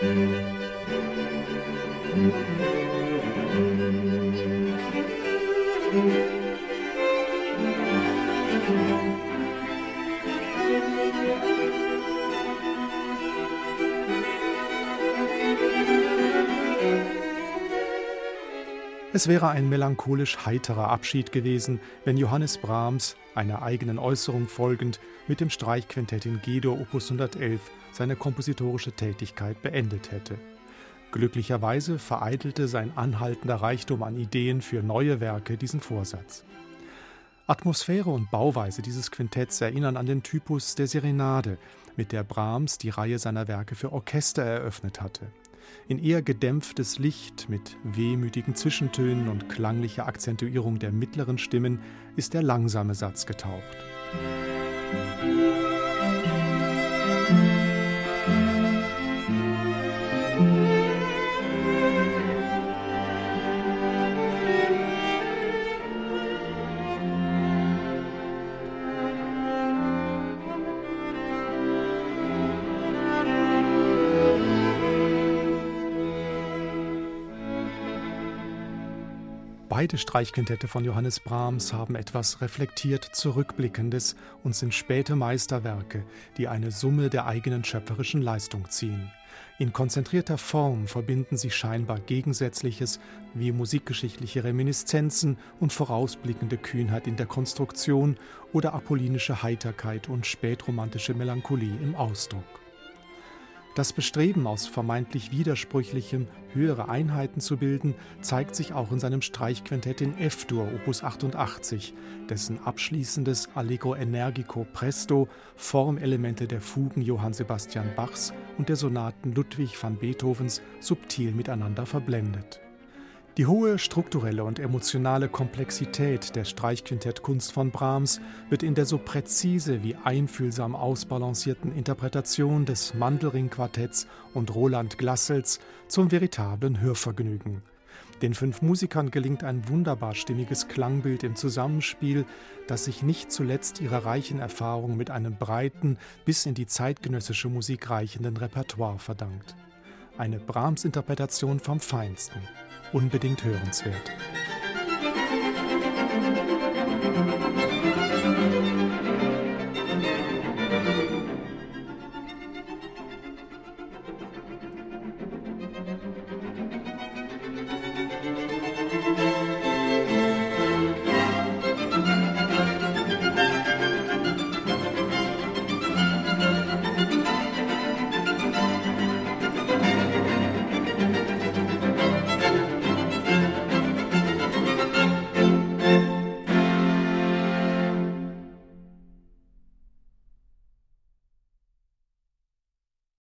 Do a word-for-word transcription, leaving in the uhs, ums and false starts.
Es wäre ein melancholisch heiterer Abschied gewesen, wenn Johannes Brahms, einer eigenen Äußerung folgend, mit dem Streichquintett in G-Dur Opus hundertelf seine kompositorische Tätigkeit beendet hätte. Glücklicherweise vereitelte sein anhaltender Reichtum an Ideen für neue Werke diesen Vorsatz. Atmosphäre und Bauweise dieses Quintetts erinnern an den Typus der Serenade, mit der Brahms die Reihe seiner Werke für Orchester eröffnet hatte. In eher gedämpftes Licht mit wehmütigen Zwischentönen und klanglicher Akzentuierung der mittleren Stimmen ist der langsame Satz getaucht. Beide Streichquintette von Johannes Brahms haben etwas reflektiert Zurückblickendes und sind späte Meisterwerke, die eine Summe der eigenen schöpferischen Leistung ziehen. In konzentrierter Form verbinden sie scheinbar Gegensätzliches wie musikgeschichtliche Reminiszenzen und vorausblickende Kühnheit in der Konstruktion oder apollinische Heiterkeit und spätromantische Melancholie im Ausdruck. Das Bestreben, aus vermeintlich Widersprüchlichem höhere Einheiten zu bilden, zeigt sich auch in seinem Streichquintett in F-Dur Opus achtundachtzig, dessen abschließendes Allegro energico presto Formelemente der Fugen Johann Sebastian Bachs und der Sonaten Ludwig van Beethovens subtil miteinander verblendet. Die hohe strukturelle und emotionale Komplexität der Streichquintettkunst von Brahms wird in der so präzise wie einfühlsam ausbalancierten Interpretation des Mandelring-Quartetts und Roland Glassels zum veritablen Hörvergnügen. Den fünf Musikern gelingt ein wunderbar stimmiges Klangbild im Zusammenspiel, das sich nicht zuletzt ihrer reichen Erfahrung mit einem breiten, bis in die zeitgenössische Musik reichenden Repertoire verdankt. Eine Brahms-Interpretation vom Feinsten. Unbedingt hörenswert.